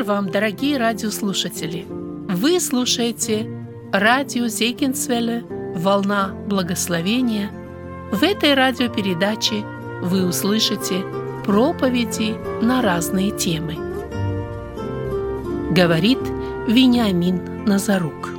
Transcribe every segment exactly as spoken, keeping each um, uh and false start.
вам, дорогие радиослушатели! Вы слушаете радио Зегенсвелле «Волна благословения». В этой радиопередаче вы услышите проповеди на разные темы. Говорит Вениамин Назарук.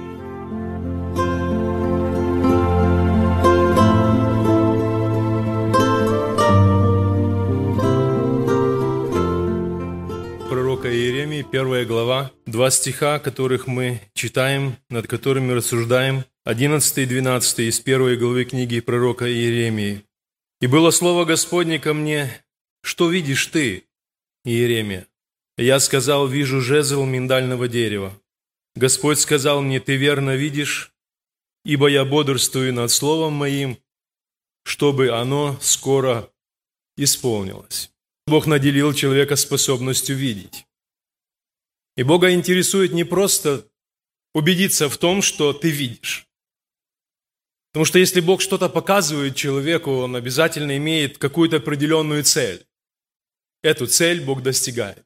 Пророка Иеремии, первая глава, два стиха, которых мы читаем, над которыми рассуждаем, одиннадцатый и двенадцатый из первой главы книги пророка Иеремии. «И было слово Господне ко мне: что видишь ты, Иеремия? Я сказал: вижу жезл миндального дерева. Господь сказал мне: ты верно видишь, ибо я бодрствую над словом моим, чтобы оно скоро исполнилось». Бог наделил человека способностью видеть. И Бога интересует не просто убедиться в том, что ты видишь. Потому что если Бог что-то показывает человеку, Он обязательно имеет какую-то определенную цель. Эту цель Бог достигает.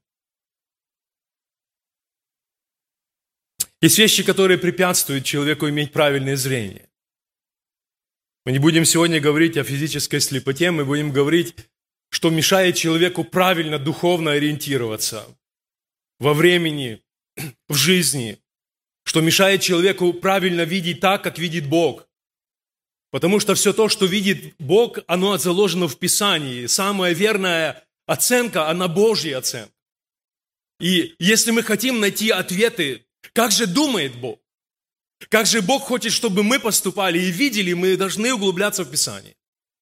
Есть вещи, которые препятствуют человеку иметь правильное зрение. Мы не будем сегодня говорить о физической слепоте, мы будем говорить, что мешает человеку правильно духовно ориентироваться во времени, в жизни, что мешает человеку правильно видеть так, как видит Бог. Потому что все то, что видит Бог, оно заложено в Писании. Самая верная оценка, она Божья оценка. И если мы хотим найти ответы, как же думает Бог, как же Бог хочет, чтобы мы поступали и видели, мы должны углубляться в Писание.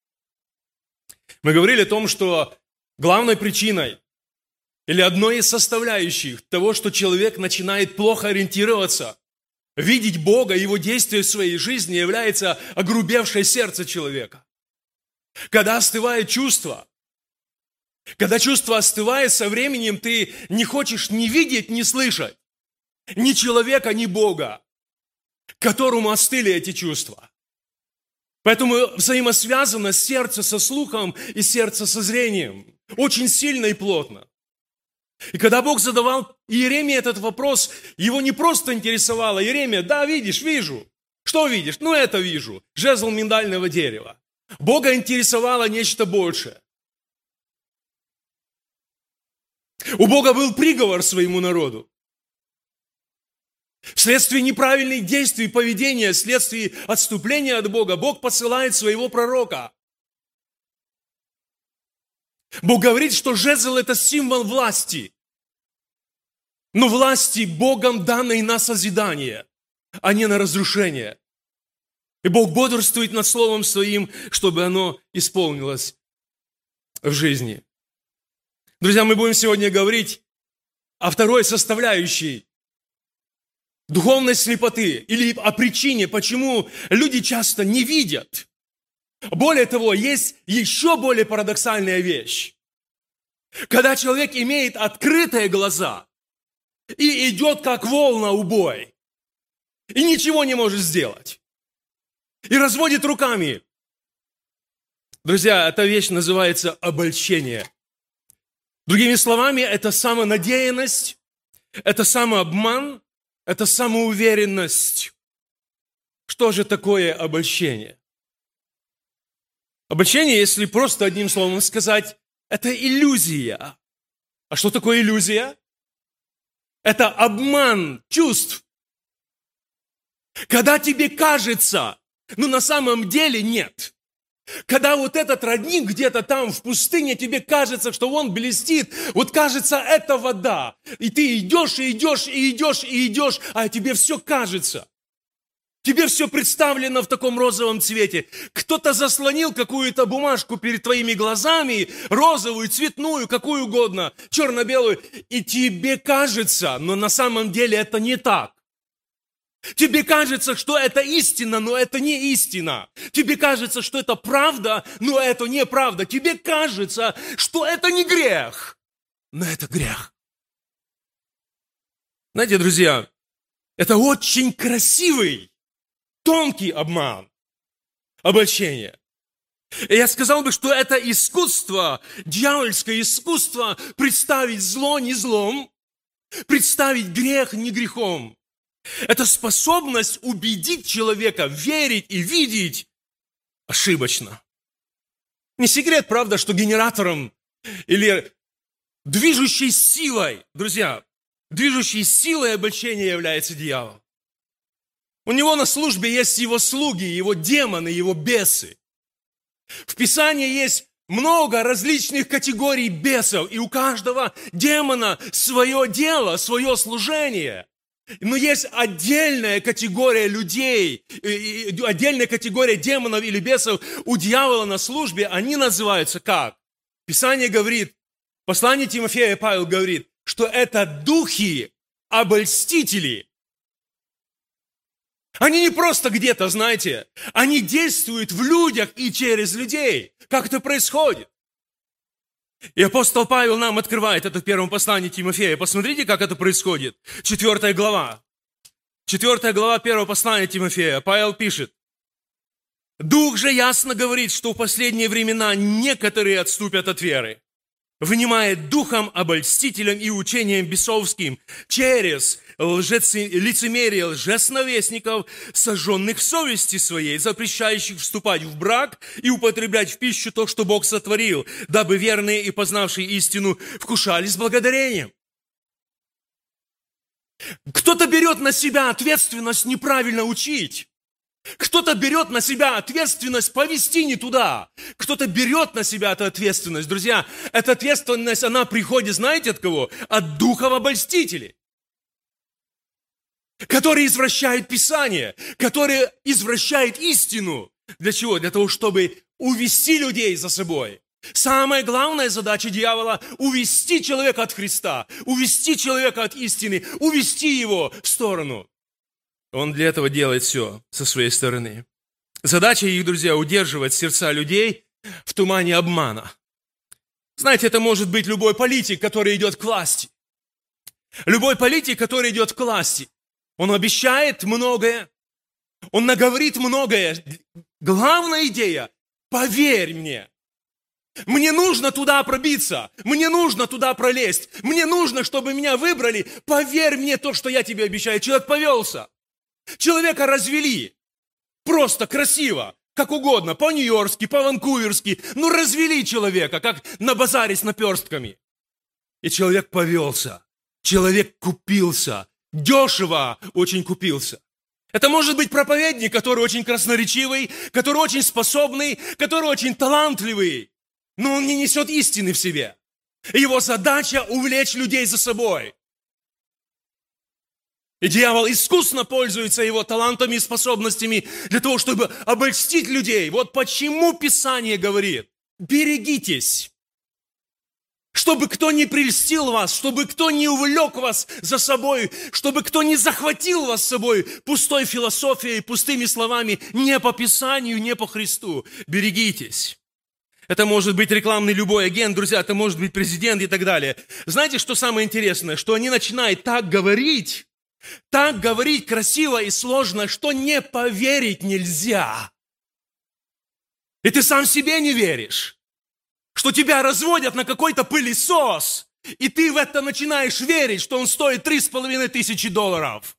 Мы говорили о том, что главной причиной или одной из составляющих того, что человек начинает плохо ориентироваться, видеть Бога, Его действия в своей жизни, является огрубевшее сердце человека. Когда остывает чувство, когда чувство остывает, со временем ты не хочешь ни видеть, ни слышать ни человека, ни Бога, к которому остыли эти чувства. Поэтому взаимосвязано сердце со слухом и сердце со зрением. Очень сильно и плотно. И когда Бог задавал Иеремии этот вопрос, его не просто интересовало: Иеремия, да, видишь, вижу. Что видишь? Ну, это вижу. Жезл миндального дерева. Бога интересовало нечто большее. У Бога был приговор своему народу. Вследствие неправильных действий и поведения, вследствие отступления от Бога, Бог посылает своего пророка. Бог говорит, что жезл – это символ власти. Но власти Богом данной на созидание, а не на разрушение. И Бог бодрствует над Словом Своим, чтобы оно исполнилось в жизни. Друзья, мы будем сегодня говорить о второй составляющей духовной слепоты или о причине, почему люди часто не видят. Более того, есть еще более парадоксальная вещь. Когда человек имеет открытые глаза и идет как вол на убой, и ничего не может сделать, и разводит руками. Друзья, эта вещь называется обольщение. Другими словами, это самонадеянность, это самообман, это самоуверенность. Что же такое обольщение? Обольщение, если просто одним словом сказать, это иллюзия. А что такое иллюзия? Это обман чувств. Когда тебе кажется, но на самом деле нет. Когда вот этот родник где-то там в пустыне, тебе кажется, что он блестит, вот кажется, это вода. И ты идешь, и идешь, и идешь, и идешь, а тебе все кажется. Тебе все представлено в таком розовом цвете. Кто-то заслонил какую-то бумажку перед твоими глазами, розовую, цветную, какую угодно, черно-белую, и тебе кажется, но на самом деле это не так. Тебе кажется, что это истина, но это не истина. Тебе кажется, что это правда, но это не правда. Тебе кажется, что это не грех, но это грех. Знаете, друзья, это очень красивый, тонкий обман, обольщение. И я сказал бы, что это искусство, дьявольское искусство представить зло не злом, представить грех не грехом. Это способность убедить человека верить и видеть ошибочно. Не секрет, правда, что генератором или движущей силой, друзья, движущей силой обольщения является дьявол. У него на службе есть его слуги, его демоны, его бесы. В Писании есть много различных категорий бесов, и у каждого демона свое дело, свое служение. Но есть отдельная категория людей, отдельная категория демонов или бесов у дьявола на службе, они называются как? Писание говорит, в послании Тимофея Павел говорит, что это духи обольстители. Они не просто где-то, знаете, они действуют в людях и через людей. Как это происходит? И апостол Павел нам открывает это в первом послании Тимофея. Посмотрите, как это происходит. Четвертая глава. Четвертая глава первого послания Тимофея. Павел пишет. Дух же ясно говорит, что в последние времена некоторые отступят от веры, внимает духом обольстителем и учением бесовским через лжецы, лицемерие лжесновестников, сожженных в совести своей, запрещающих вступать в брак и употреблять в пищу то, что Бог сотворил, дабы верные и познавшие истину вкушали с благодарением. Кто-то берет на себя ответственность неправильно учить. Кто-то берет на себя ответственность повести не туда. Кто-то берет на себя эту ответственность. Друзья, эта ответственность, она приходит, знаете, от кого? От духов обольстителей, которые извращают Писание, которые извращают истину. Для чего? Для того, чтобы увести людей за собой. Самая главная задача дьявола – увести человека от Христа, увести человека от истины, увести его в сторону. Он для этого делает все со своей стороны. Задача их, друзья, удерживать сердца людей в тумане обмана. Знаете, это может быть любой политик, который идет к власти. Любой политик, который идет к власти. Он обещает многое, он наговорит многое. Главная идея – поверь мне. Мне нужно туда пробиться, мне нужно туда пролезть, мне нужно, чтобы меня выбрали. Поверь мне то, что я тебе обещаю. Человек повелся. Человека развели. Просто красиво, как угодно, по-нью-йоркски, по-ванкуверски. Ну, развели человека, как на базаре с наперстками. И человек повелся. Человек купился. Дешево очень купился. Это может быть проповедник, который очень красноречивый, который очень способный, который очень талантливый. Но он не несет истины в себе. Его задача увлечь людей за собой. И дьявол искусно пользуется его талантами и способностями для того, чтобы обольстить людей. Вот почему Писание говорит, берегитесь, чтобы кто не прельстил вас, чтобы кто не увлек вас за собой, чтобы кто не захватил вас с собой пустой философией, пустыми словами, не по Писанию, не по Христу. Берегитесь. Это может быть рекламный любой агент, друзья, это может быть президент и так далее. Знаете, что самое интересное? Что они начинают так говорить, так говорить красиво и сложно, что не поверить нельзя. И ты сам себе не веришь, что тебя разводят на какой-то пылесос, и ты в это начинаешь верить, что он стоит три с половиной тысячи долларов.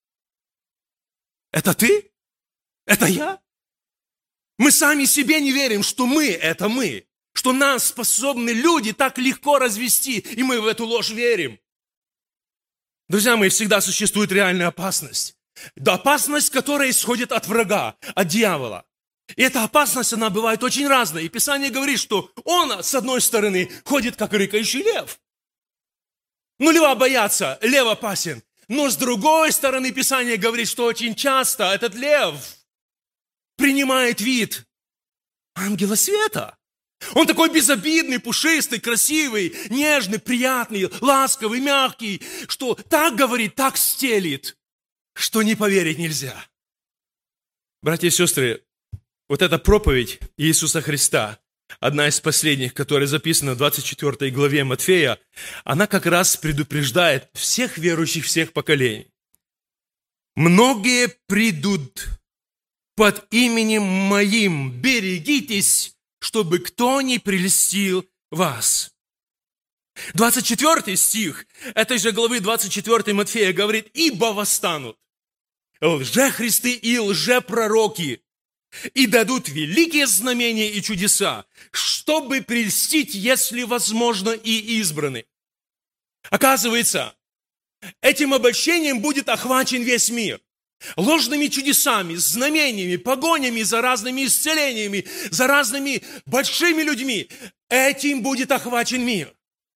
Это ты? Это я? Мы сами себе не верим, что мы – это мы, что нас способны люди так легко развести, и мы в эту ложь верим. Друзья мои, всегда существует реальная опасность. Да, опасность, которая исходит от врага, от дьявола. И эта опасность, она бывает очень разная. И Писание говорит, что он, с одной стороны, ходит, как рыкающий лев. Ну, льва боятся, лев опасен. Но с другой стороны, Писание говорит, что очень часто этот лев принимает вид ангела света. Он такой безобидный, пушистый, красивый, нежный, приятный, ласковый, мягкий, что так говорит, так стелит, что не поверить нельзя. Братья и сестры, вот эта проповедь Иисуса Христа, одна из последних, которая записана в двадцать четвёртой главе Матфея, она как раз предупреждает всех верующих всех поколений. Многие придут под именем Моим, берегитесь, чтобы кто не прельстил вас. двадцать четвёртый стих этой же главы двадцать четвёртой Матфея говорит: «Ибо восстанут лжехристы и лжепророки, и дадут великие знамения и чудеса, чтобы прельстить, если возможно, и избранных». Оказывается, этим обольщением будет охвачен весь мир. Ложными чудесами, знамениями, погонями за разными исцелениями, за разными большими людьми. Этим будет охвачен мир.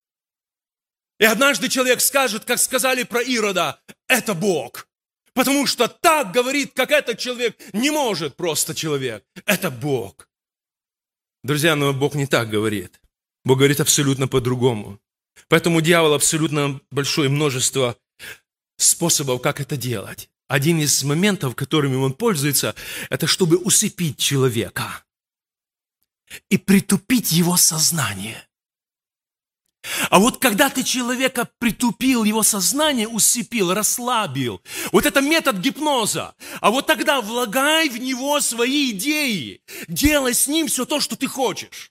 И однажды человек скажет, как сказали про Ирода: это Бог. Потому что так говорит, как этот человек, не может просто человек. Это Бог. Друзья, но Бог не так говорит. Бог говорит абсолютно по-другому. Поэтому дьявол абсолютно большое множество способов, как это делать. Один из моментов, которыми он пользуется, это чтобы усыпить человека и притупить его сознание. А вот когда ты человека притупил, его сознание усыпил, расслабил, вот это метод гипноза, а вот тогда влагай в него свои идеи, делай с ним все то, что ты хочешь.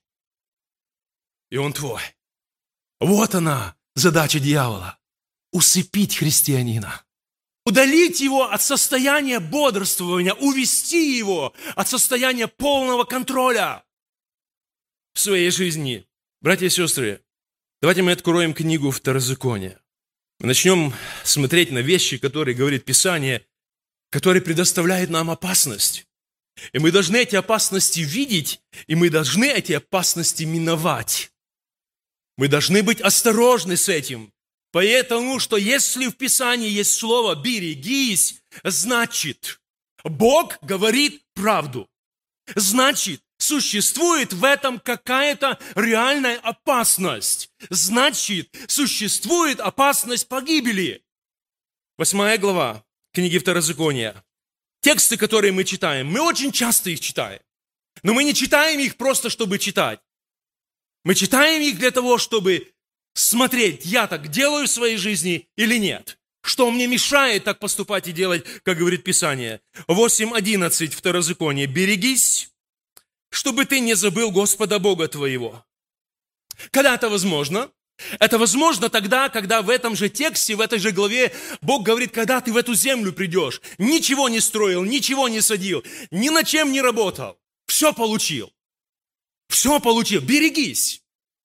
И он твой. Вот она, задача дьявола. Усыпить христианина. Удалить его от состояния бодрствования, увести его от состояния полного контроля в своей жизни. Братья и сестры, давайте мы откроем книгу Второзакония. Мы начнем смотреть на вещи, которые говорит Писание, которые предоставляют нам опасность. И мы должны эти опасности видеть, и мы должны эти опасности миновать. Мы должны быть осторожны с этим. Поэтому, что если в Писании есть слово «берегись», значит, Бог говорит правду. Значит, существует в этом какая-то реальная опасность. Значит, существует опасность погибели. Восьмая глава книги Второзакония. Тексты, которые мы читаем, мы очень часто их читаем. Но мы не читаем их просто, чтобы читать. Мы читаем их для того, чтобы смотреть, я так делаю в своей жизни или нет. Что мне мешает так поступать и делать, как говорит Писание. восемь одиннадцать Второзаконие. «Берегись, чтобы ты не забыл Господа Бога твоего». Когда это возможно? Это возможно тогда, когда в этом же тексте, в этой же главе Бог говорит, когда ты в эту землю придешь, ничего не строил, ничего не садил, ни над чем не работал, все получил. Все получил. Берегись.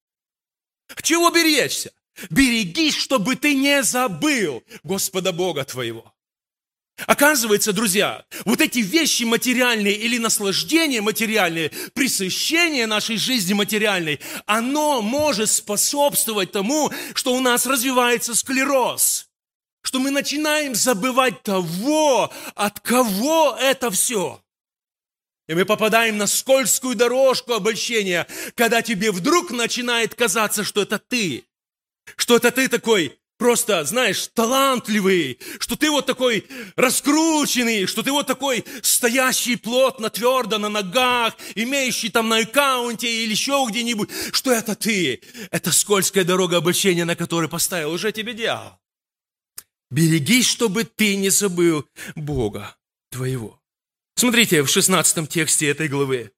Чего беречься? Берегись, чтобы ты не забыл Господа Бога твоего. Оказывается, друзья, вот эти вещи материальные или наслаждения материальные, пресыщение нашей жизни материальной, оно может способствовать тому, что у нас развивается склероз, что мы начинаем забывать того, от кого это все. И мы попадаем на скользкую дорожку обольщения, когда тебе вдруг начинает казаться, что это ты. Что это ты такой просто, знаешь, талантливый, что ты вот такой раскрученный, что ты вот такой стоящий плотно, твердо на ногах, имеющий там на аккаунте или еще где-нибудь, что это ты. Это скользкая дорога обольщения, на которой поставил уже тебе дьявол. Берегись, чтобы ты не забыл Бога твоего. Смотрите, в шестнадцатом тексте этой главы,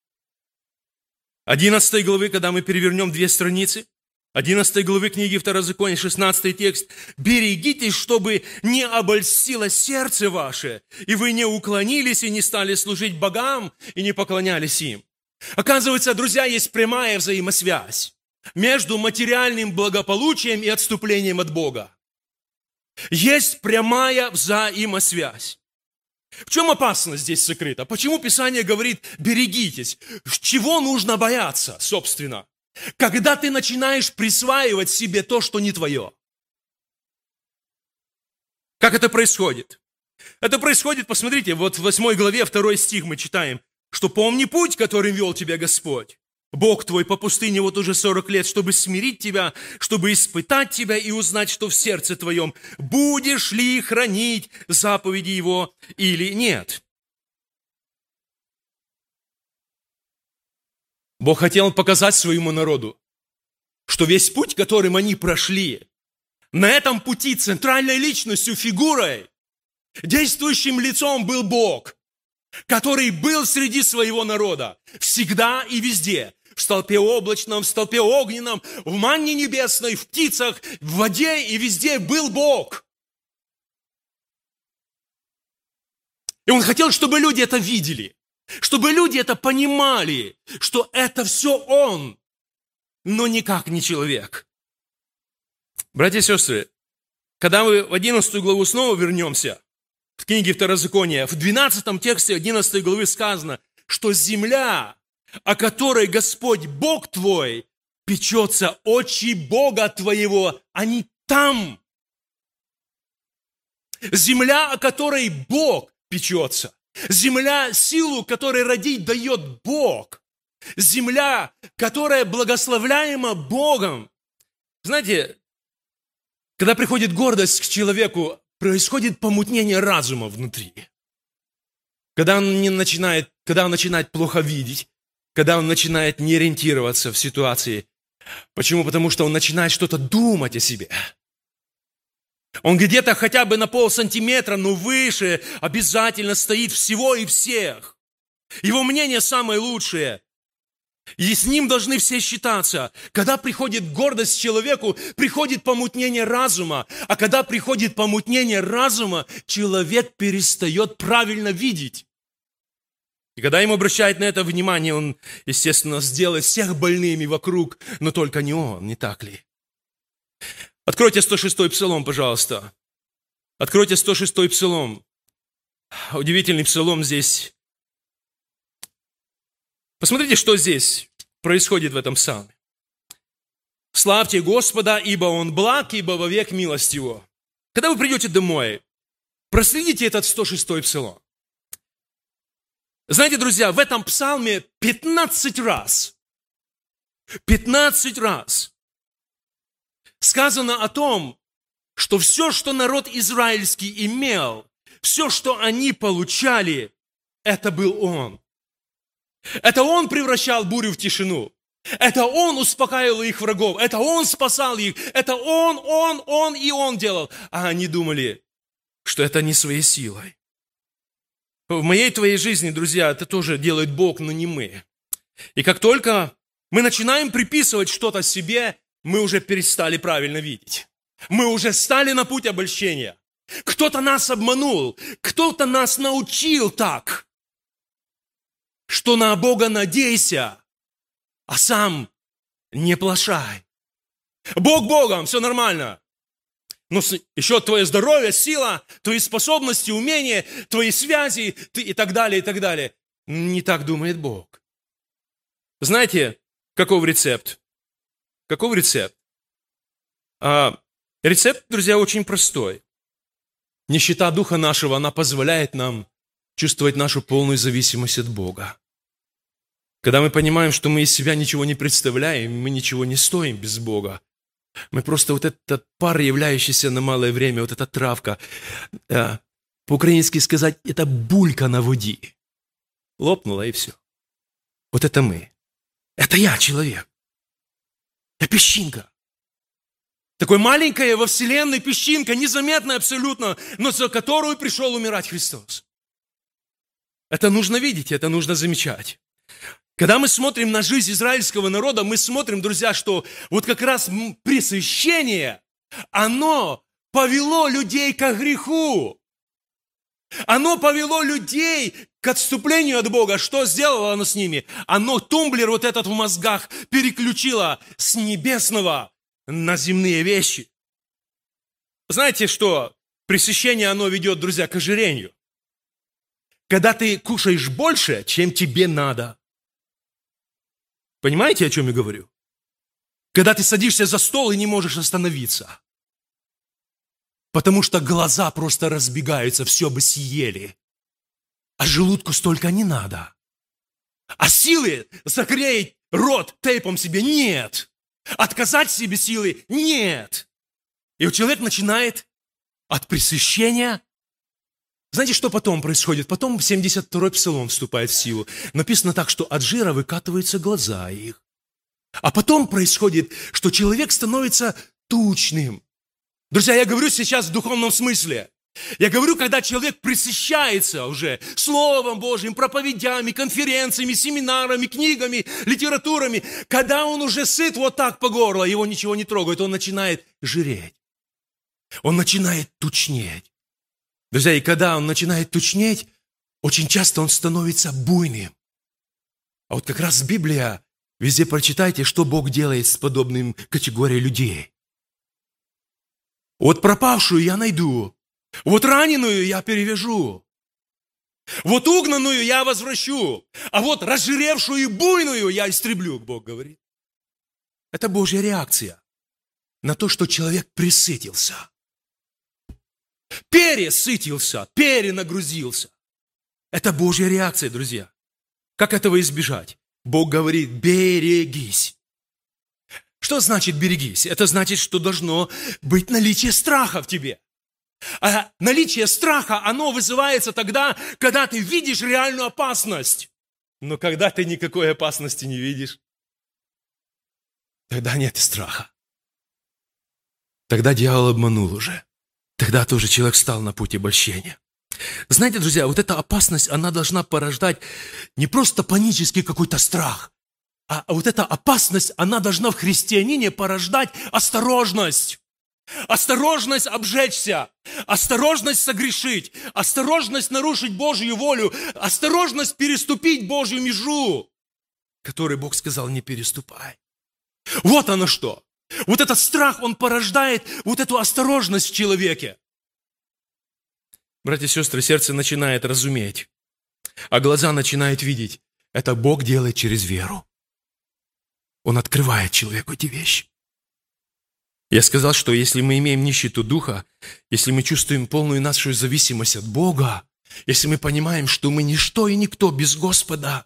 одиннадцатой главы, когда мы перевернем две страницы, одиннадцатой главы книги Второзакония, шестнадцатый текст, «Берегитесь, чтобы не обольстило сердце ваше, и вы не уклонились и не стали служить богам, и не поклонялись им». Оказывается, друзья, есть прямая взаимосвязь между материальным благополучием и отступлением от Бога. Есть прямая взаимосвязь. В чем опасность здесь сокрыта? Почему Писание говорит «берегитесь»? Чего нужно бояться, собственно? Когда ты начинаешь присваивать себе то, что не твое. Как это происходит? Это происходит, посмотрите, вот в восьмой главе, второй стих мы читаем, что «помни путь, которым вел тебя Господь, Бог твой по пустыне вот уже сорок лет, чтобы смирить тебя, чтобы испытать тебя и узнать, что в сердце твоем, будешь ли хранить заповеди Его или нет». Бог хотел показать своему народу, что весь путь, которым они прошли, на этом пути центральной личностью, фигурой, действующим лицом был Бог, который был среди своего народа всегда и везде. в столпе облачном, в столпе огненном, в манне небесной, в птицах, в воде и везде был Бог. И Он хотел, чтобы люди это видели, чтобы люди это понимали, что это все Он, но никак не человек. Братья и сестры, когда мы в одиннадцатую главу снова вернемся, в книге Второзакония, в двенадцатом тексте одиннадцатой главы сказано, что земля, о которой Господь Бог твой, печется очи Бога твоего, они там. Земля, о которой Бог печется. Земля, силу, которой родить дает Бог. Земля, которая благословляема Богом. Знаете, когда приходит гордость к человеку, происходит помутнение разума внутри. Когда он, не начинает, когда он начинает плохо видеть, когда он начинает не ориентироваться в ситуации. Почему? Потому что он начинает что-то думать о себе. Он где-то хотя бы на полсантиметра, но выше обязательно стоит всего и всех. Его мнение самое лучшее. И с ним должны все считаться. Когда приходит гордость человеку, приходит помутнение разума. А когда приходит помутнение разума, человек перестает правильно видеть. И когда ему обращает на это внимание, он, естественно, сделает всех больными вокруг, но только не он, не так ли? Откройте сто шестой псалом, пожалуйста. Откройте сто шестой псалом. Удивительный псалом здесь. Посмотрите, что здесь происходит в этом псалме. «Славьте Господа, ибо Он благ, ибо вовек милость Его». Когда вы придете домой, проследите этот сто шестой псалом. Знаете, друзья, в этом псалме пятнадцать раз, пятнадцать раз сказано о том, что все, что народ израильский имел, все, что они получали, это был Он. Это Он превращал бурю в тишину. Это Он успокаивал их врагов. Это Он спасал их. Это Он, Он, Он и Он делал. А они думали, что это не своей силой. В моей твоей жизни, друзья, это тоже делает Бог, но не мы. И как только мы начинаем приписывать что-то себе, мы уже перестали правильно видеть. Мы уже стали на путь обольщения. Кто-то нас обманул, кто-то нас научил так, что на Бога надейся, а сам не плашай. Бог Богом, все нормально. Но еще твое здоровье, сила, твои способности, умения, твои связи ты, и так далее, и так далее. Не так думает Бог. Знаете, каков рецепт? Каков рецепт? А, рецепт, друзья, очень простой. Нищета духа нашего, она позволяет нам чувствовать нашу полную зависимость от Бога. Когда мы понимаем, что мы из себя ничего не представляем, мы ничего не стоим без Бога, мы просто вот этот пар, являющийся на малое время, вот эта травка, э, по-украински сказать, это булька на воде. Лопнула и все. Вот это мы. Это я, человек. Я песчинка. Такой маленькая во вселенной песчинка, незаметная абсолютно, но за которую пришел умирать Христос. Это нужно видеть, это нужно замечать. Когда мы смотрим на жизнь израильского народа, мы смотрим, друзья, что вот как раз пресыщение, оно повело людей к греху. Оно повело людей к отступлению от Бога. Что сделало оно с ними? Оно тумблер вот этот в мозгах переключило с небесного на земные вещи. Знаете, что пресыщение, оно ведет, друзья, к ожирению. Когда ты кушаешь больше, чем тебе надо. Понимаете, о чем я говорю? Когда ты садишься за стол и не можешь остановиться. Потому что глаза просто разбегаются, все бы съели. А желудку столько не надо. А силы заклеить рот тейпом себе нет. Отказать себе силы нет. И вот человек начинает от пресыщения. Знаете, что потом происходит? Потом семьдесят второй псалом вступает в силу. Написано так, что от жира выкатываются глаза их. А потом происходит, что человек становится тучным. Друзья, я говорю сейчас в духовном смысле. Я говорю, когда человек пресыщается уже Словом Божьим, проповедями, конференциями, семинарами, книгами, литературами, когда он уже сыт вот так по горло, его ничего не трогает, он начинает жиреть. Он начинает тучнеть. Друзья, и когда он начинает тучнеть, очень часто он становится буйным. А вот как раз Библия, везде прочитайте, что Бог делает с подобным категорией людей. Вот пропавшую я найду, вот раненую я перевяжу, вот угнанную я возвращу, а вот разжиревшую и буйную я истреблю, Бог говорит. Это Божья реакция на то, что человек пресытился, пересытился, перенагрузился. Это Божья реакция, друзья. Как этого избежать? Бог говорит, берегись. Что значит берегись? Это значит, что должно быть наличие страха в тебе. А наличие страха, оно вызывается тогда, когда ты видишь реальную опасность. Но когда ты никакой опасности не видишь, тогда нет страха. Тогда дьявол обманул уже. Тогда тоже человек стал на путь обольщения. Знаете, друзья, вот эта опасность, она должна порождать не просто панический какой-то страх, а вот эта опасность, она должна в христианине порождать осторожность. Осторожность обжечься, осторожность согрешить, осторожность нарушить Божью волю, осторожность переступить Божью межу, которую Бог сказал, не переступай. Вот оно что. Вот этот страх, он порождает вот эту осторожность в человеке. Братья и сестры, сердце начинает разуметь, а глаза начинают видеть. Это Бог делает через веру. Он открывает человеку эти вещи. Я сказал, что если мы имеем нищету духа, если мы чувствуем полную нашу зависимость от Бога, если мы понимаем, что мы ничто и никто без Господа,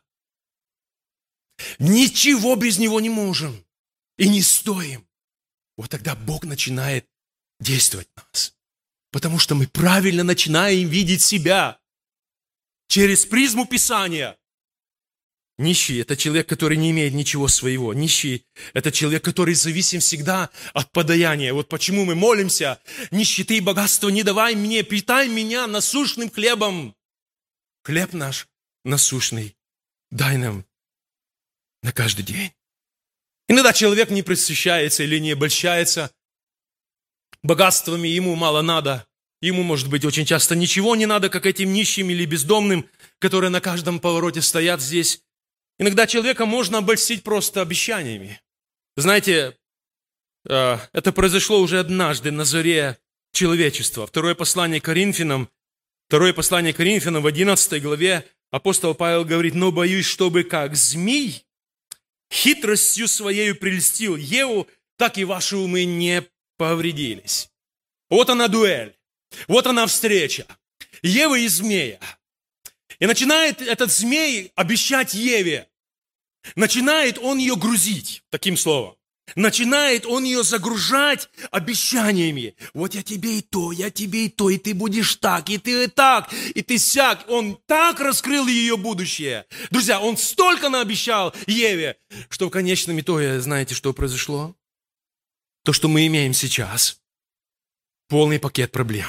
ничего без Него не можем и не стоим, вот тогда Бог начинает действовать в нас. Потому что мы правильно начинаем видеть себя через призму Писания. Нищий – это человек, который не имеет ничего своего. Нищий – это человек, который зависим всегда от подаяния. Вот почему мы молимся: нищеты и богатства не давай мне, питай меня насущным хлебом. Хлеб наш насущный дай нам на каждый день. Иногда человек не пресыщается или не обольщается богатствами, ему мало надо. Ему, может быть, очень часто ничего не надо, как этим нищим или бездомным, которые на каждом повороте стоят здесь. Иногда человека можно обольстить просто обещаниями. Знаете, это произошло уже однажды на заре человечества. Второе послание Коринфянам, второе послание Коринфянам в одиннадцатой главе апостол Павел говорит: «Но боюсь, чтобы как змей хитростью своею прельстил Еву, так и ваши умы не повредились». Вот она дуэль, вот она встреча Евы и змея. И начинает этот змей обещать Еве. Начинает он ее грузить, таким словом. Начинает он ее загружать обещаниями. Вот я тебе и то, я тебе и то, и ты будешь так, и ты и так, и ты сяк. Он так раскрыл ее будущее. Друзья, он столько наобещал Еве, что в конечном итоге, знаете, что произошло? То, что мы имеем сейчас. Полный пакет проблем.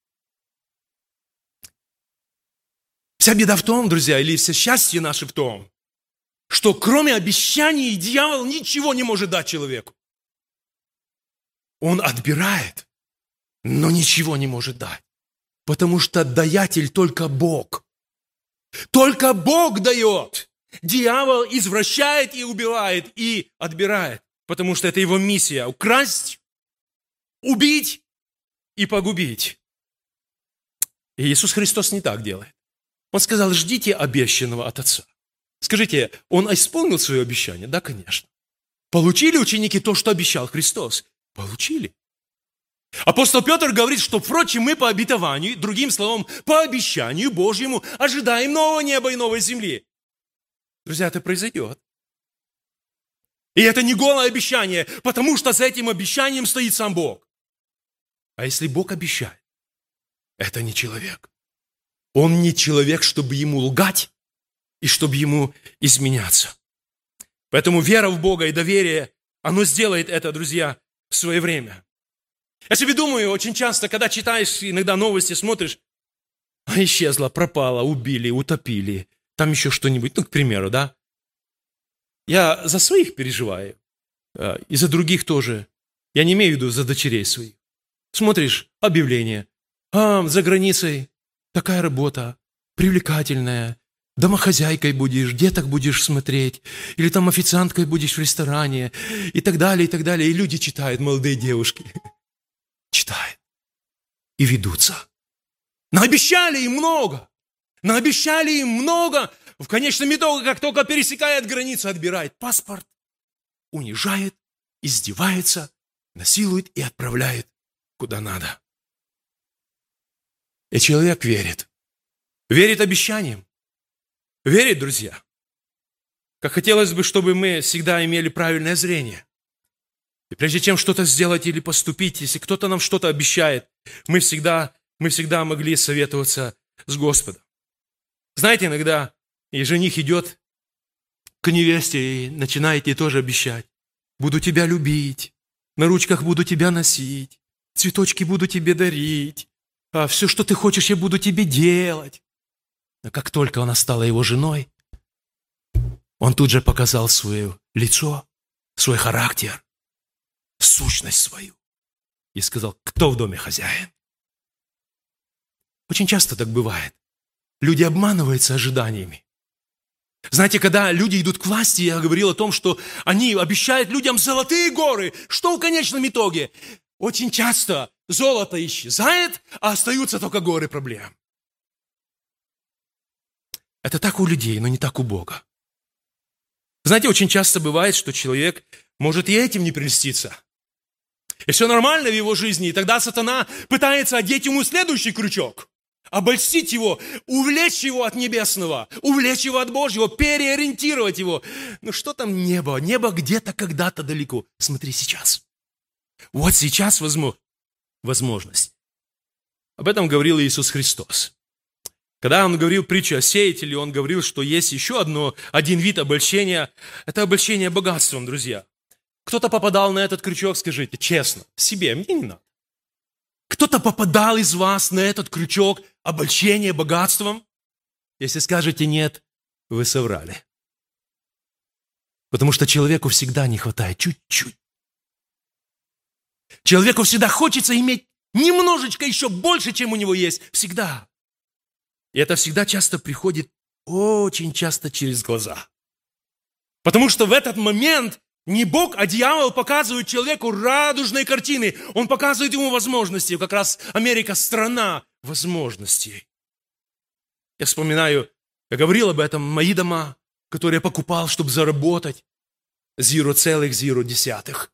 Вся беда в том, друзья, или все счастье наше в том, что кроме обещаний дьявол ничего не может дать человеку. Он отбирает, но ничего не может дать. Потому что даятель только Бог. Только Бог дает. Дьявол извращает и убивает, и отбирает. Потому что это его миссия – украсть, убить и погубить. И Иисус Христос не так делает. Он сказал: ждите обещанного от Отца. Скажите, он исполнил свое обещание? Да, конечно. Получили ученики то, что обещал Христос? Получили. Апостол Петр говорит, что, впрочем, мы по обетованию, другим словом, по обещанию Божьему, ожидаем нового неба и новой земли. Друзья, это произойдет. И это не голое обещание, потому что за этим обещанием стоит сам Бог. А если Бог обещает, это не человек. Он не человек, чтобы ему лгать и чтобы ему изменяться. Поэтому вера в Бога и доверие, оно сделает это, друзья, в свое время. Я себе думаю, очень часто, когда читаешь иногда новости, смотришь, а исчезла, пропала, убили, утопили, там еще что-нибудь, ну, к примеру, да? Я за своих переживаю, и за других тоже. Я не имею в виду за дочерей своих. Смотришь объявление, а, за границей такая работа, привлекательная, домохозяйкой будешь, деток будешь смотреть, или там официанткой будешь в ресторане, и так далее, и так далее. И люди читают, молодые девушки, читают и ведутся. Наобещали им много, наобещали им много. В конечном итоге, как только пересекает границу, отбирает паспорт, унижает, издевается, насилует и отправляет куда надо. И человек верит. Верит обещаниям. Верит, друзья. Как хотелось бы, чтобы мы всегда имели правильное зрение. И прежде чем что-то сделать или поступить, если кто-то нам что-то обещает, мы всегда, мы всегда могли советоваться с Господом. Знаете, иногда и жених идет к невесте и начинает ей тоже обещать. Буду тебя любить, на ручках буду тебя носить, цветочки буду тебе дарить, а все, что ты хочешь, я буду тебе делать. Но как только она стала его женой, он тут же показал свое лицо, свой характер, сущность свою и сказал, кто в доме хозяин. Очень часто так бывает. Люди обманываются ожиданиями. Знаете, когда люди идут к власти, я говорил о том, что они обещают людям золотые горы. Что в конечном итоге? Очень часто золото исчезает, а остаются только горы проблем. Это так у людей, но не так у Бога. Знаете, очень часто бывает, что человек может и этим не прельститься. И все нормально в его жизни, и тогда сатана пытается одеть ему следующий крючок. Обольстить его, увлечь его от небесного, увлечь его от Божьего, переориентировать его. Ну что там небо? Небо где-то когда-то далеко. Смотри сейчас. Вот сейчас возможность. Об этом говорил Иисус Христос. Когда Он говорил притчу о сеятеле, Он говорил, что есть еще одно, один вид обольщения. Это обольщение богатством, друзья. Кто-то попадал на этот крючок, скажите, честно, себе, мне не надо. Кто-то попадал из вас на этот крючок обольщения богатством? Если скажете нет, вы соврали. Потому что человеку всегда не хватает чуть-чуть. Человеку всегда хочется иметь немножечко еще больше, чем у него есть. Всегда. И это всегда часто приходит, очень часто через глаза. Потому что в этот момент не Бог, а дьявол показывает человеку радужные картины. Он показывает ему возможности. Как раз Америка – страна возможностей. Я вспоминаю, я говорил об этом, мои дома, которые я покупал, чтобы заработать зеро целых зеро десятых.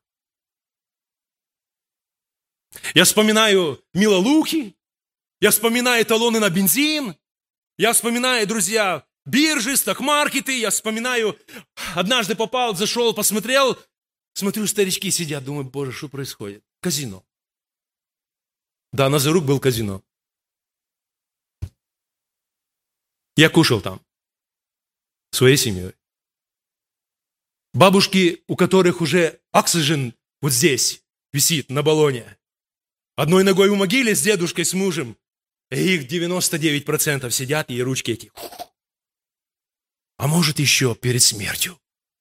Я вспоминаю милолуки, я вспоминаю талоны на бензин, я вспоминаю, друзья, биржи, сток-маркеты, я вспоминаю, однажды попал, зашел, посмотрел, смотрю, старички сидят, думаю, боже, что происходит? Казино. Да, на Зарук был казино. Я кушал там, своей семьей. Бабушки, у которых уже оксиген вот здесь висит, на баллоне. Одной ногой в могиле с дедушкой, с мужем. И их девяносто девять процентов сидят, и ручки эти. А может еще перед смертью.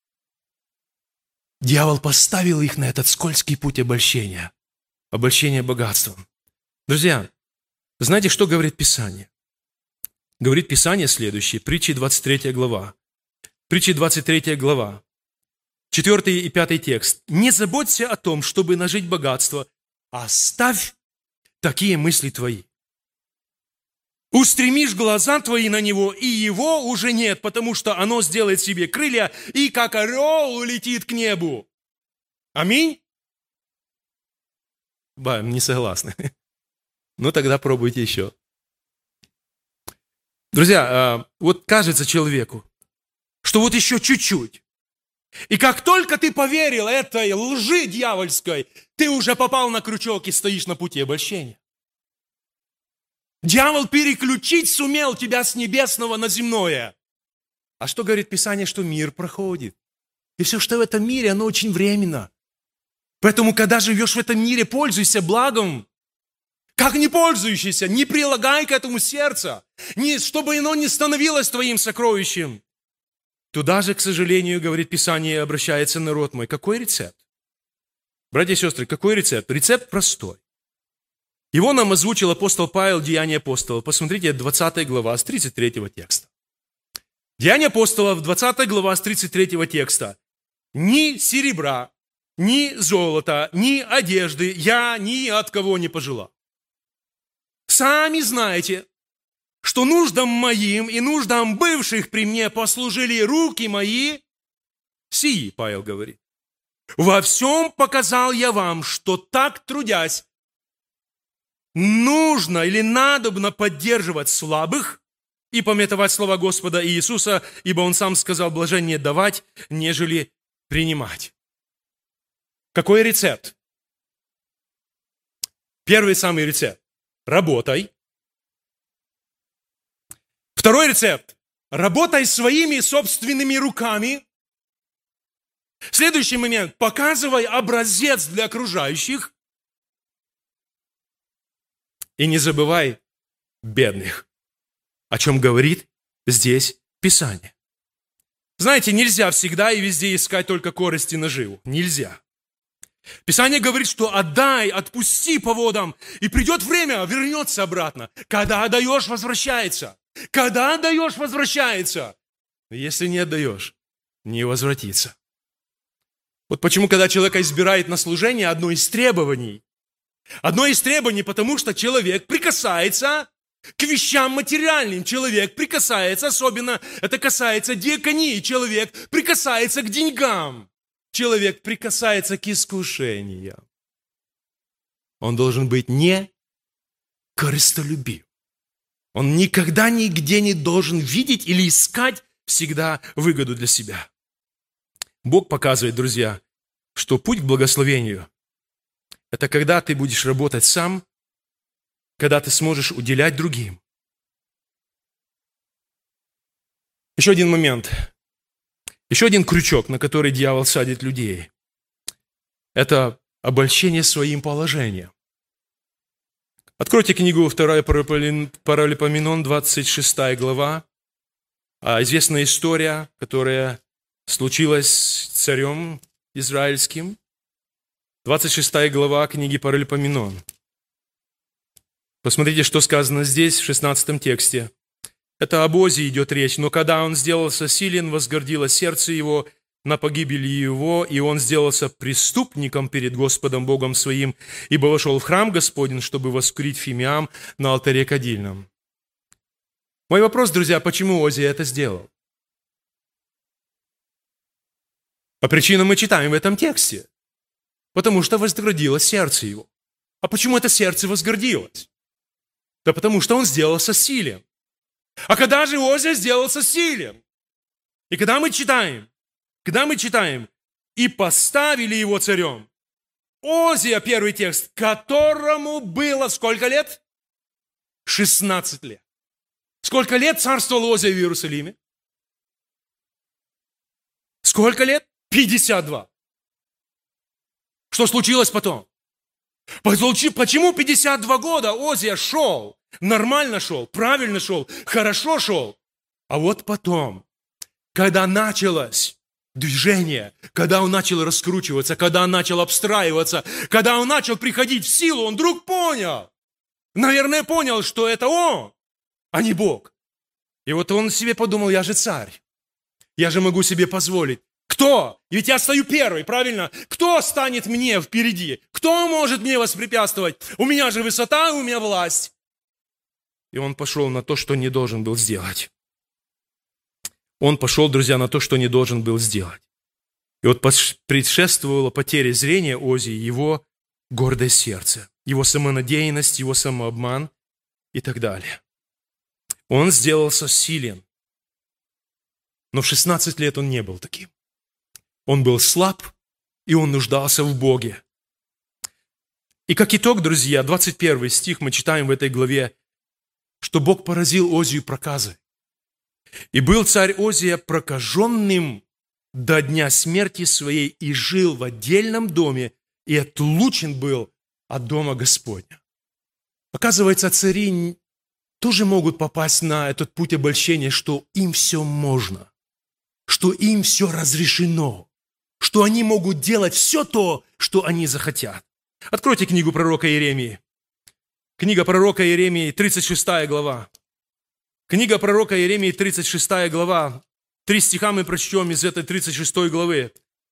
Дьявол поставил их на этот скользкий путь обольщения. Обольщения богатством. Друзья, знаете, что говорит Писание? Говорит Писание следующее. Притчи двадцать третья глава. Притчи двадцать третья глава. Четвертый и пятый текст. «Не заботься о том, чтобы нажить богатство, оставь такие мысли твои. Устремишь глаза твои на него, и его уже нет, потому что оно сделает себе крылья, и как орел улетит к небу». Аминь? Ба, не согласны. Ну, тогда пробуйте еще. Друзья, вот кажется человеку, что вот еще чуть-чуть. И как только ты поверил этой лжи дьявольской, ты уже попал на крючок и стоишь на пути обольщения. Дьявол переключить сумел тебя с небесного на земное. А что говорит Писание, что мир проходит? И все, что в этом мире, оно очень временно. Поэтому, когда живешь в этом мире, пользуйся благом. Как не пользующийся, не прилагай к этому сердца, не, чтобы оно не становилось твоим сокровищем. Туда же, к сожалению, говорит Писание, обращается народ мой. Какой рецепт? Братья и сестры, какой рецепт? Рецепт простой. Его нам озвучил апостол Павел, Деяния апостола. Посмотрите, двадцатая глава, с тридцать третьего текста. Деяния апостолов, двадцатая глава, с тридцать третьего текста. Ни серебра, ни золота, ни одежды я ни от кого не пожелал. Сами знаете, что нуждам моим и нуждам бывших при мне послужили руки мои, сии, Павел говорит. Во всем показал я вам, что так трудясь, нужно или надобно поддерживать слабых и памятовать слова Господа Иисуса, ибо Он сам сказал, блаженнее давать, нежели принимать. Какой рецепт? Первый самый рецепт. Работай. Второй рецепт. Работай своими собственными руками. Следующий момент. Показывай образец для окружающих. И не забывай бедных. О чем говорит здесь Писание. Знаете, нельзя всегда и везде искать только корысть и наживу. Нельзя. Писание говорит, что отдай, отпусти по водам, и придет время, вернется обратно. Когда отдаешь, возвращается. Когда отдаешь, возвращается. Если не отдаешь, не возвратится. Вот почему, когда человека избирает на служение, одно из требований, одно из требований, потому что человек прикасается к вещам материальным. Человек прикасается, особенно это касается диаконии, человек прикасается к деньгам. Человек прикасается к искушениям. Он должен быть не корыстолюбив. Он никогда нигде не должен видеть или искать всегда выгоду для себя. Бог показывает, друзья, что путь к благословению – это когда ты будешь работать сам, когда ты сможешь уделять другим. Еще один момент. Еще один крючок, на который дьявол садит людей, это обольщение своим положением. Откройте книгу вторая Паралипоменон, двадцать шестая глава. Известная история, которая случилась с царем израильским. двадцать шестая глава книги Паралипоменон. Посмотрите, что сказано здесь, в шестнадцатом тексте. Это об Озии идет речь. «Но когда он сделался силен, возгордило сердце его на погибель его, и он сделался преступником перед Господом Богом своим, ибо вошел в храм Господень, чтобы воскурить фимиам на алтаре кадильном». Мой вопрос, друзья, почему Озия это сделал? По причинам мы читаем в этом тексте. Потому что возгордилось сердце его. А почему это сердце возгордилось? Да потому что он сделался силен. А когда же Озия сделался силен? И когда мы читаем, когда мы читаем, и поставили его царем, Озия, первый текст, которому было сколько лет? шестнадцать лет. Сколько лет царствовал Озия в Иерусалиме? Сколько лет? пятьдесят два. Что случилось потом? Почему пятьдесят два года Озия шел? Нормально шел, правильно шел, хорошо шел. А вот потом, когда началось движение, когда он начал раскручиваться, когда он начал обстраиваться, когда он начал приходить в силу, он вдруг понял. Наверное, понял, что это он, а не Бог. И вот он себе подумал, я же царь. Я же могу себе позволить. Кто? Ведь я стою первый, правильно? Кто станет мне впереди? Кто может мне воспрепятствовать? У меня же высота, у меня власть. И он пошел на то, что не должен был сделать. Он пошел, друзья, на то, что не должен был сделать. И вот предшествовала потере зрения Озии его гордое сердце, его самонадеянность, его самообман и так далее. Он сделался силен. Но в шестнадцать лет он не был таким. Он был слаб, и он нуждался в Боге. И как итог, друзья, двадцать первый стих мы читаем в этой главе, что Бог поразил Озию проказой. «И был царь Озия прокаженным до дня смерти своей, и жил в отдельном доме и отлучен был от дома Господня. Оказывается, цари тоже могут попасть на этот путь обольщения, что им все можно, что им все разрешено, что они могут делать все то, что они захотят. Откройте книгу пророка Иеремии. Книга пророка Иеремии, тридцать шестая глава. Книга пророка Иеремии, тридцать шестая глава. Три стиха мы прочтем из этой тридцать шестой главы.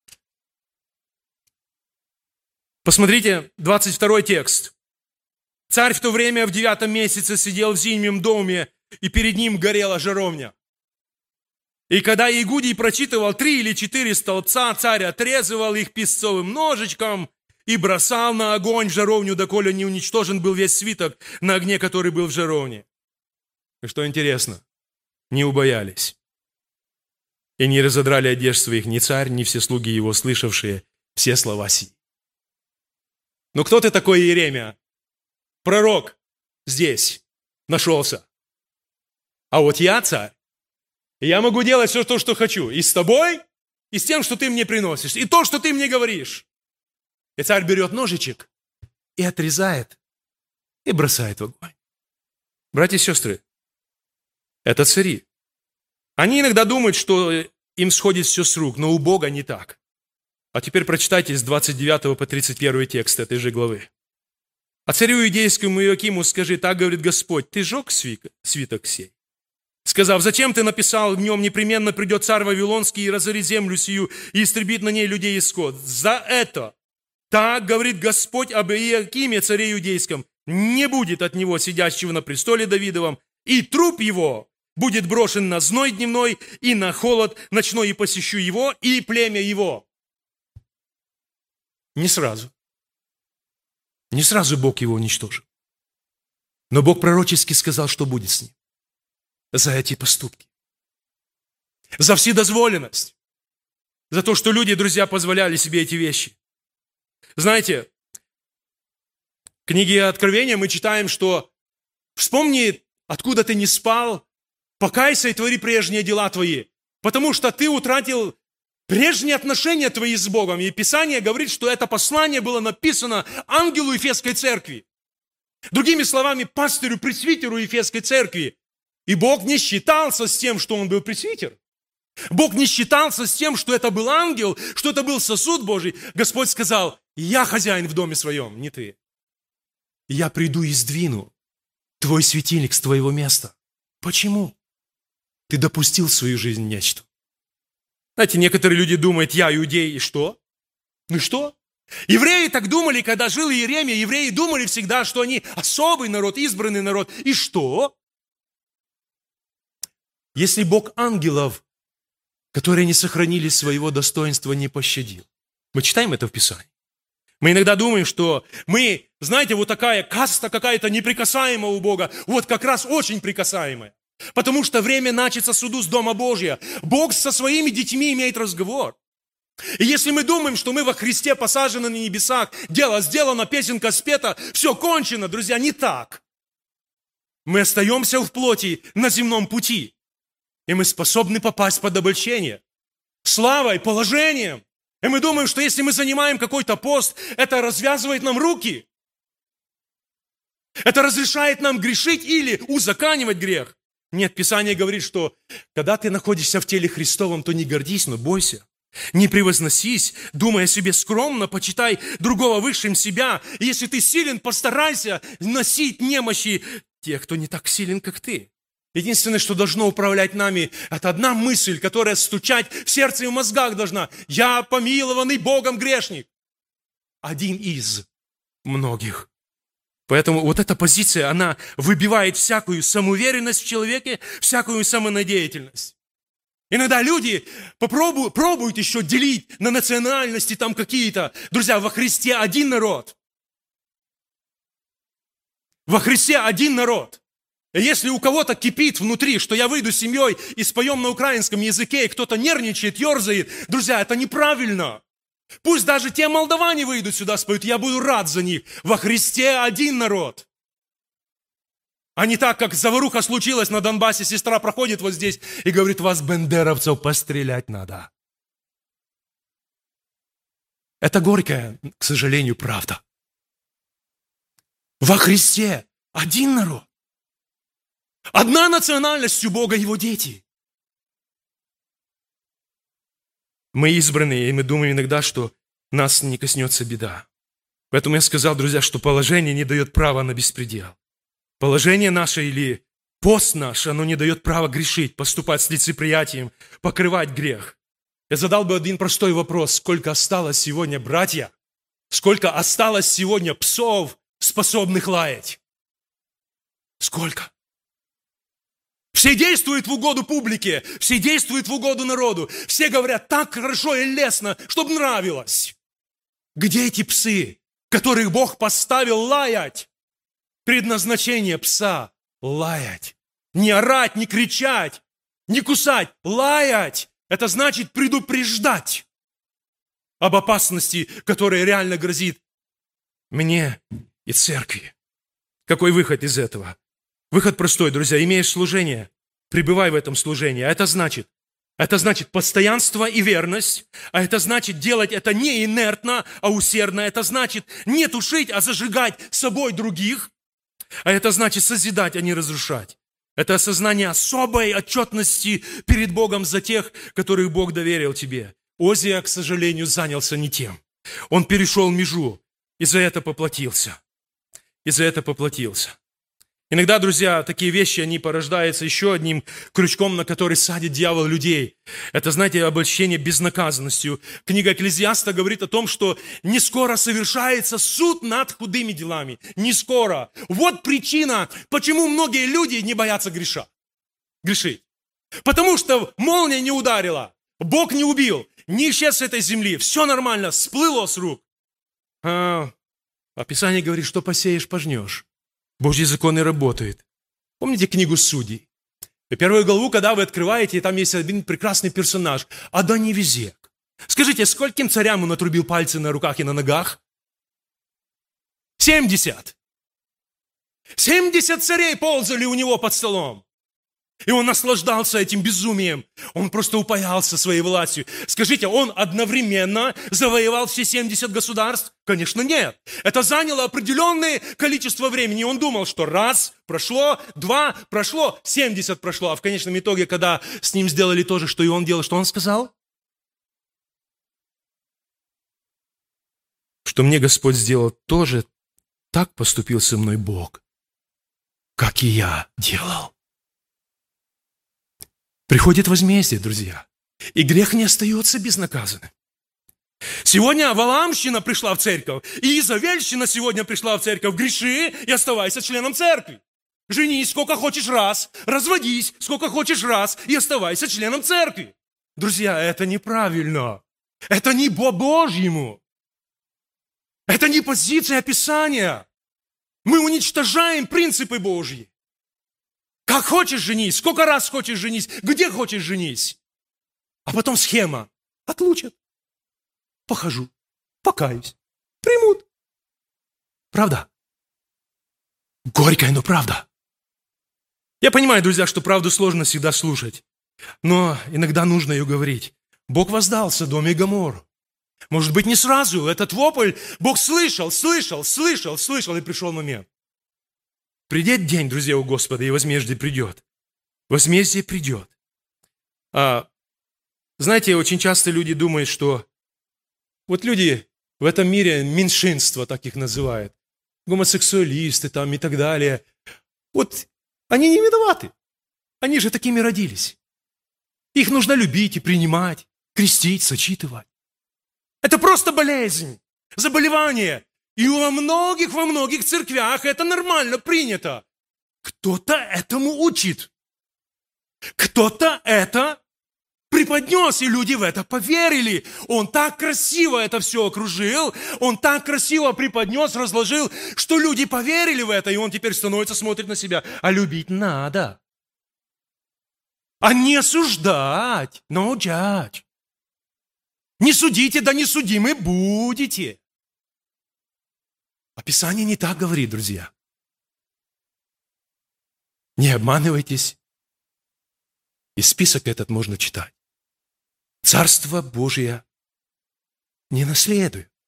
Посмотрите, двадцать второй текст. «Царь в то время в девятом месяце сидел в зимнем доме, и перед ним горела жаровня. И когда Иегудий прочитывал три или четыре столбца, царь отрезывал их песцовым ножичком и бросал на огонь в жаровню, доколе не уничтожен был весь свиток на огне, который был в жаровне». И что интересно, не убоялись. И не разодрали одежд своих ни царь, ни все слуги его, слышавшие все слова сии. Ну кто ты такой, Иеремия? Пророк здесь нашелся. А вот я царь, и я могу делать все то, что хочу. И с тобой, и с тем, что ты мне приносишь, и то, что ты мне говоришь. И царь берет ножичек и отрезает, и бросает в огонь. Братья и сестры, это цари. Они иногда думают, что им сходит все с рук, но у Бога не так. А теперь прочитайте с двадцать девятого по тридцать первый текст этой же главы. «А царю иудейскому Иоакиму скажи, так говорит Господь, ты жег свиток сей, сказав, зачем ты написал в нем, непременно придет царь Вавилонский и разорит землю сию, и истребит на ней людей исход. За это, так говорит Господь об Иоакиме, царе иудейском, не будет от него сидящего на престоле Давидовом, и труп его будет брошен на зной дневной и на холод ночной, и посещу его, и племя его». Не сразу. Не сразу Бог его уничтожил. Но Бог пророчески сказал, что будет с ним. За эти поступки. За вседозволенность. За то, что люди, друзья, позволяли себе эти вещи. Знаете, в книге Откровения мы читаем, что вспомни, откуда ты не спал, покайся и твори прежние дела твои, потому что ты утратил прежние отношения твои с Богом. И Писание говорит, что это послание было написано ангелу Ефесской церкви. Другими словами, пастырю, пресвитеру Ефесской церкви. И Бог не считался с тем, что он был пресвитер. Бог не считался с тем, что это был ангел, что это был сосуд Божий. Господь сказал, я хозяин в доме своем, не ты. Я приду и сдвину твой светильник с твоего места. Почему? Ты допустил в свою жизнь нечто. Знаете, некоторые люди думают, я иудей, и что? Ну и что? Евреи так думали, когда жил Иеремия. Евреи думали всегда, что они особый народ, избранный народ. И что? Если Бог ангелов, которые не сохранили своего достоинства, не пощадил. Мы читаем это в Писании. Мы иногда думаем, что мы, знаете, вот такая каста какая-то неприкасаемая у Бога. Вот как раз очень прикасаемая. Потому что время начаться суду с Дома Божия. Бог со своими детьми имеет разговор. И если мы думаем, что мы во Христе посажены на небесах, дело сделано, песенка спета, все кончено, друзья, не так. Мы остаемся в плоти на земном пути. И мы способны попасть под обольщение. Славой, положением. И мы думаем, что если мы занимаем какой-то пост, это развязывает нам руки. Это разрешает нам грешить или узаконивать грех. Нет, Писание говорит, что когда ты находишься в теле Христовом, то не гордись, но бойся. Не превозносись, думай о себе скромно, почитай другого высшим себя. И если ты силен, постарайся носить немощи тех, кто не так силен, как ты. Единственное, что должно управлять нами, это одна мысль, которая стучать в сердце и в мозгах должна. Я помилованный Богом грешник. Один из многих. Поэтому вот эта позиция, она выбивает всякую самоуверенность в человеке, всякую самонадеятельность. Иногда люди попробуют, пробуют еще делить на национальности там какие-то. Друзья, во Христе один народ. Во Христе один народ. И если у кого-то кипит внутри, что я выйду с семьей и споем на украинском языке, и кто-то нервничает, ерзает, друзья, это неправильно. Пусть даже те молдаване выйдут сюда, споют, я буду рад за них. Во Христе один народ. А не так, как заваруха случилась на Донбассе, сестра проходит вот здесь и говорит, вас, бендеровцев, пострелять надо. Это горькая, к сожалению, правда. Во Христе один народ. Одна национальность у Бога, Его дети. Мы избранные, и мы думаем иногда, что нас не коснется беда. Поэтому я сказал, друзья, что положение не дает права на беспредел. Положение наше или пост наш, оно не дает права грешить, поступать с лицеприятием, покрывать грех. Я задал бы один простой вопрос. Сколько осталось сегодня, братья? Сколько осталось сегодня псов, способных лаять? Сколько? Все действуют в угоду публике, все действуют в угоду народу. Все говорят так хорошо и лестно, чтобы нравилось. Где эти псы, которых Бог поставил лаять? Предназначение пса – лаять. Не орать, не кричать, не кусать, лаять. Это значит предупреждать об опасности, которая реально грозит мне и церкви. Какой выход из этого? Выход простой, друзья. Имеешь служение, пребывай в этом служении. А это значит, это значит постоянство и верность. А это значит делать это не инертно, а усердно. Это значит не тушить, а зажигать собой других. А это значит созидать, а не разрушать. Это осознание особой отчетности перед Богом за тех, которых Бог доверил тебе. Озия, к сожалению, занялся не тем. Он перешел межу и за это поплатился. И за это поплатился. Иногда, друзья, такие вещи, они порождаются еще одним крючком, на который садит дьявол людей. Это, знаете, обольщение безнаказанностью. Книга Экклезиаста говорит о том, что не скоро совершается суд над худыми делами. Не скоро. Вот причина, почему многие люди не боятся греша. Грешить. Потому что молния не ударила, Бог не убил, не исчез с этой земли, все нормально, сплыло с рук. А, а Писание говорит, что посеешь, пожнешь. Божьи законы работают. Помните книгу Судей? Первую главу, когда вы открываете, там есть один прекрасный персонаж – Адони-Везек. Скажите, скольким царям он отрубил пальцы на руках и на ногах? Семьдесят. Семьдесят царей ползали у него под столом. И он наслаждался этим безумием. Он просто упаялся своей властью. Скажите, он одновременно завоевал все семьдесят государств? Конечно, нет. Это заняло определенное количество времени. Он думал, что раз прошло, два прошло, семьдесят прошло. А в конечном итоге, когда с ним сделали то же, что и он делал, что он сказал? Что мне Господь сделал тоже, так поступил со мной Бог, как и я делал. Приходит возмездие, друзья, и грех не остается безнаказанным. Сегодня Валаамщина пришла в церковь, и Изавельщина сегодня пришла в церковь. Греши и оставайся членом церкви. Женись сколько хочешь раз, разводись сколько хочешь раз и оставайся членом церкви. Друзья, это неправильно. Это не по-божьему. Это не позиция Писания. Мы уничтожаем принципы Божьи. Как хочешь женись, сколько раз хочешь женись, где хочешь женись. А потом схема. Отлучат. Похожу, покаюсь, примут. Правда? Горькая, но правда. Я понимаю, друзья, что правду сложно всегда слушать. Но иногда нужно ее говорить. Бог воздал Содому и Гоморру. Может быть, не сразу. Этот вопль Бог слышал, слышал, слышал, слышал, и пришел момент. Придет день, друзья, у Господа, и возмездие придет. Возмездие придет. А, знаете, очень часто люди думают, что вот люди в этом мире, меньшинство, так их называют, гомосексуалисты там и так далее, вот они не виноваты. Они же такими родились. Их нужно любить и принимать, крестить, сочитывать. Это просто болезнь, заболевание. И во многих, во многих церквях это нормально принято. Кто-то этому учит. Кто-то это преподнес, и люди в это поверили. Он так красиво это все окружил, он так красиво преподнес, разложил, что люди поверили в это, и он теперь становится, смотрит на себя. А любить надо. А не осуждать, научать. Не судите, да не судимы будете. А Писание не так говорит, друзья. Не обманывайтесь. И список этот можно читать. Царство Божие не наследуют.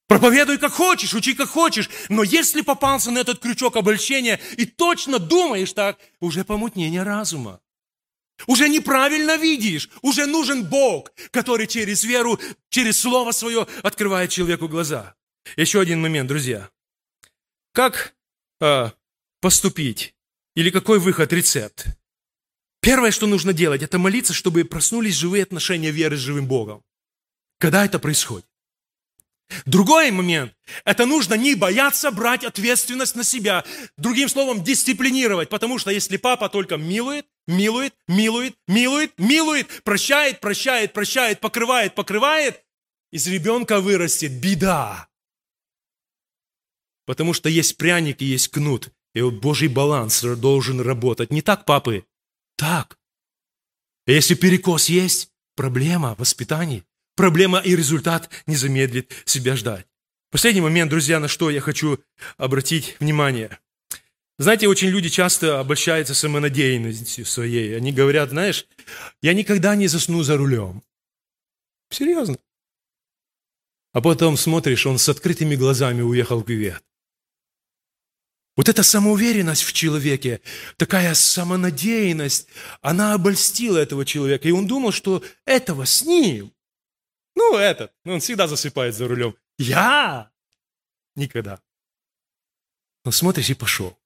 Проповедуй как хочешь, учи как хочешь, но если попался на этот крючок обольщения и точно думаешь так, уже помутнение разума. Уже неправильно видишь, уже нужен Бог, который через веру, через Слово Свое открывает человеку глаза. Еще один момент, друзья. Как э, поступить? Или какой выход, рецепт? Первое, что нужно делать, это молиться, чтобы проснулись живые отношения веры с живым Богом. Когда это происходит? Другой момент, это нужно не бояться брать ответственность на себя. Другим словом, дисциплинировать, потому что если папа только милует, милует, милует, милует, милует, прощает, прощает, прощает, покрывает, покрывает, из ребенка вырастет беда. Потому что есть пряник и есть кнут, и вот Божий баланс должен работать. Не так, папы? Так. И если перекос есть, проблема в воспитании. Проблема и результат не замедлит себя ждать. Последний момент, друзья, на что я хочу обратить внимание. Знаете, очень люди часто обольщаются самонадеянностью своей. Они говорят, знаешь, я никогда не засну за рулем. Серьезно. А потом смотришь, он с открытыми глазами уехал в кювет. Вот эта самоуверенность в человеке, такая самонадеянность, она обольстила этого человека. И он думал, что этого с ним. Ну, этот, он всегда засыпает за рулем. Я? Никогда. Но смотришь и пошел.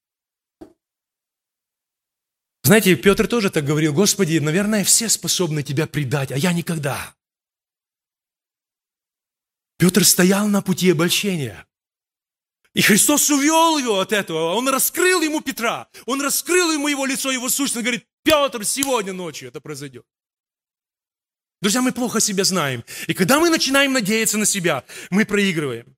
Знаете, Петр тоже так говорил, Господи, наверное, все способны Тебя предать, а я никогда. Петр стоял на пути обольщения. И Христос увел его от этого. Он раскрыл ему Петра. Он раскрыл ему его лицо, его сущность. Говорит, Петр, сегодня ночью это произойдет. Друзья, мы плохо себя знаем. И когда мы начинаем надеяться на себя, мы проигрываем.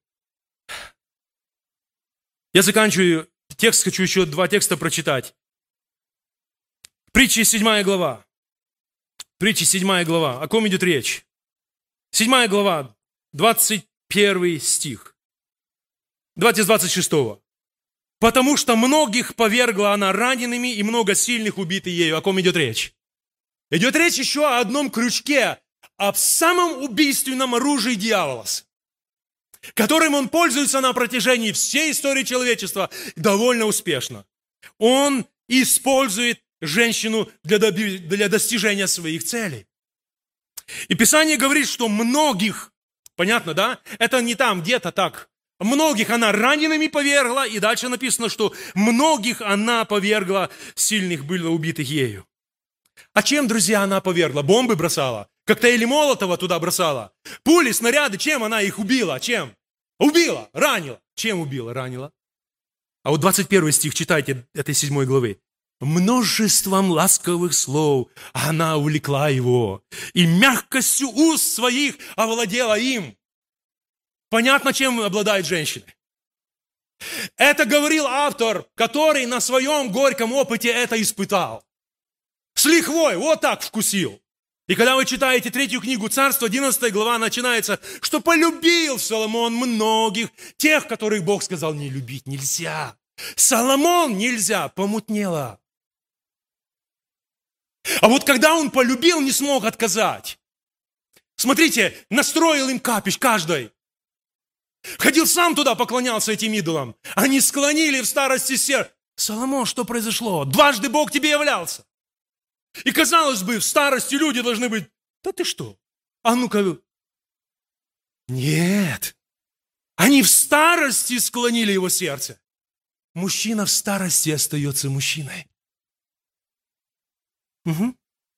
Я заканчиваю текст, хочу еще два текста прочитать. Притчи, седьмая глава. Притчи, седьмая глава. О ком идет речь? Седьмая глава, двадцать первый стих. Давайте с двадцать шестого. Потому что многих повергла она ранеными, и много сильных убиты ею. О ком идет речь? Идет речь еще о одном крючке, о самом убийственном оружии дьявола, которым он пользуется на протяжении всей истории человечества довольно успешно. Он использует женщину для, доби- для достижения своих целей. И Писание говорит, что многих, понятно, да? Это не там где-то так. Многих она ранеными повергла, и дальше написано, что многих она повергла, сильных было убитых ею. А чем, друзья, она повергла? Бомбы бросала? Коктейли Молотова туда бросала? Пули, снаряды? Чем она их убила? Чем? Убила, ранила. Чем убила, ранила? А вот двадцать первый стих, читайте этой седьмой главы. Множеством ласковых слов она увлекла его, и мягкостью уст своих овладела им. Понятно, чем обладают женщины? Это говорил автор, который на своем горьком опыте это испытал. С лихвой, вот так вкусил. И когда вы читаете третью книгу Царства, одиннадцатая глава начинается, что полюбил Соломон многих, тех, которых Бог сказал, не любить нельзя. Соломон нельзя, помутнело. А вот когда он полюбил, не смог отказать. Смотрите, настроил им капищ каждой. Ходил сам туда, поклонялся этим идолам. Они склонили в старости сердце. Соломон, что произошло? Дважды Бог тебе являлся. И, казалось бы, в старости люди должны быть, да ты что? А ну-ка. Нет. Они в старости склонили его сердце. Мужчина в старости остается мужчиной. Угу.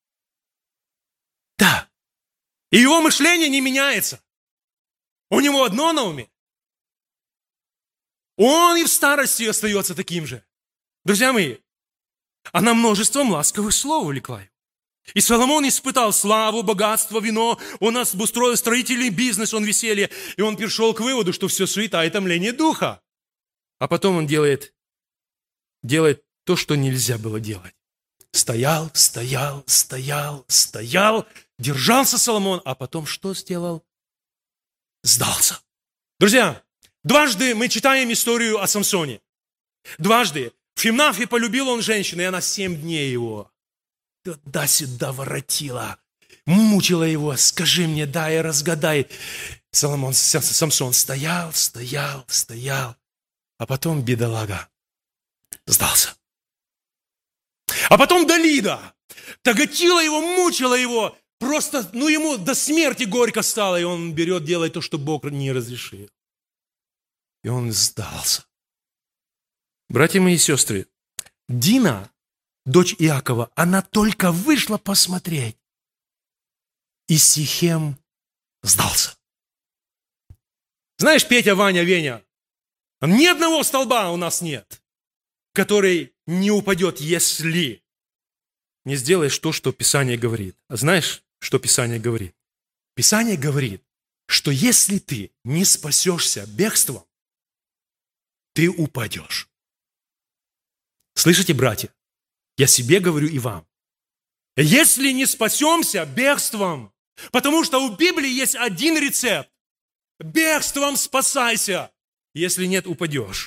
Да. И его мышление не меняется. У него одно на уме. Он и в старости остается таким же. Друзья мои, она множеством ласковых слов увлекла его. И Соломон испытал славу, богатство, вино. Он обустроил строительный бизнес, он веселье. И он пришел к выводу, что все суета и томление духа. А потом он делает, делает то, что нельзя было делать. Стоял, стоял, стоял, стоял. Держался Соломон, а потом что сделал? Сдался. Друзья, дважды мы читаем историю о Самсоне. Дважды. В Фимнафе полюбил он женщину, и она семь дней его туда-сюда воротила. Мучила его, скажи мне, дай, разгадай. Соломон, Самсон стоял, стоял, стоял, а потом бедолага сдался. А потом Далида тяготила его, мучила его, просто, ну, ему до смерти горько стало, и он берет, делает то, что Бог не разрешил. И он сдался. Братья мои и сестры, Дина, дочь Иакова, она только вышла посмотреть, и Сихем сдался. Знаешь, Петя, Ваня, Веня, ни одного столба у нас нет, который не упадет, если не сделаешь то, что Писание говорит. А знаешь, что Писание говорит? Писание говорит, что если ты не спасешься бегством, ты упадешь. Слышите, братья? Я себе говорю и вам. Если не спасемся бегством, потому что у Библии есть один рецепт. Бегством спасайся. Если нет, упадешь.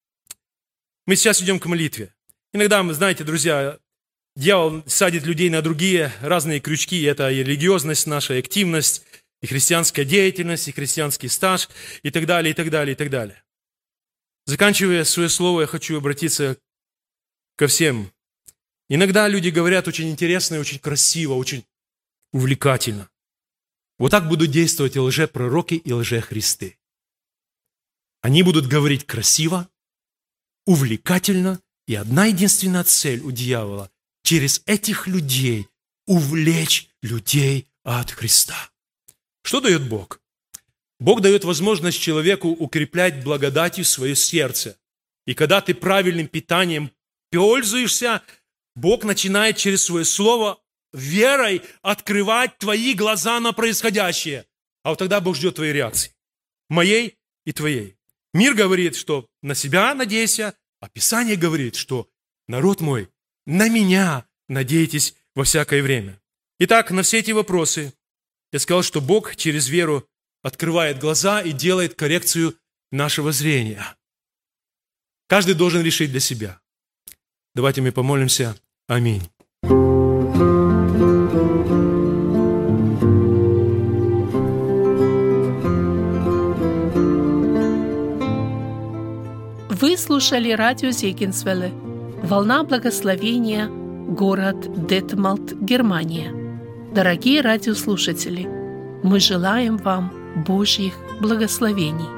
Мы сейчас идем к молитве. Иногда, вы знаете, друзья, дьявол садит людей на другие разные крючки. Это и религиозность наша, и активность, и христианская деятельность, и христианский стаж, и так далее, и так далее, и так далее. Заканчивая свое слово, я хочу обратиться ко всем. Иногда люди говорят очень интересно, очень красиво, очень увлекательно. Вот так будут действовать и лжепророки, и лжехристы. Они будут говорить красиво, увлекательно, и одна единственная цель у дьявола – через этих людей увлечь людей от Христа. Что дает Бог? Бог дает возможность человеку укреплять благодатью свое сердце. И когда ты правильным питанием пользуешься, Бог начинает через свое слово верой открывать твои глаза на происходящее. А вот тогда Бог ждет твоей реакции. Моей и твоей. Мир говорит, что на себя надейся, а Писание говорит, что народ мой, на меня надейтесь во всякое время. Итак, на все эти вопросы я сказал, что Бог через веру открывает глаза и делает коррекцию нашего зрения. Каждый должен решить для себя. Давайте мы помолимся. Аминь. Вы слушали радио Зегенсвелле «Волна благословения», город Детмалт, Германия. Дорогие радиослушатели, мы желаем вам Божьих благословений.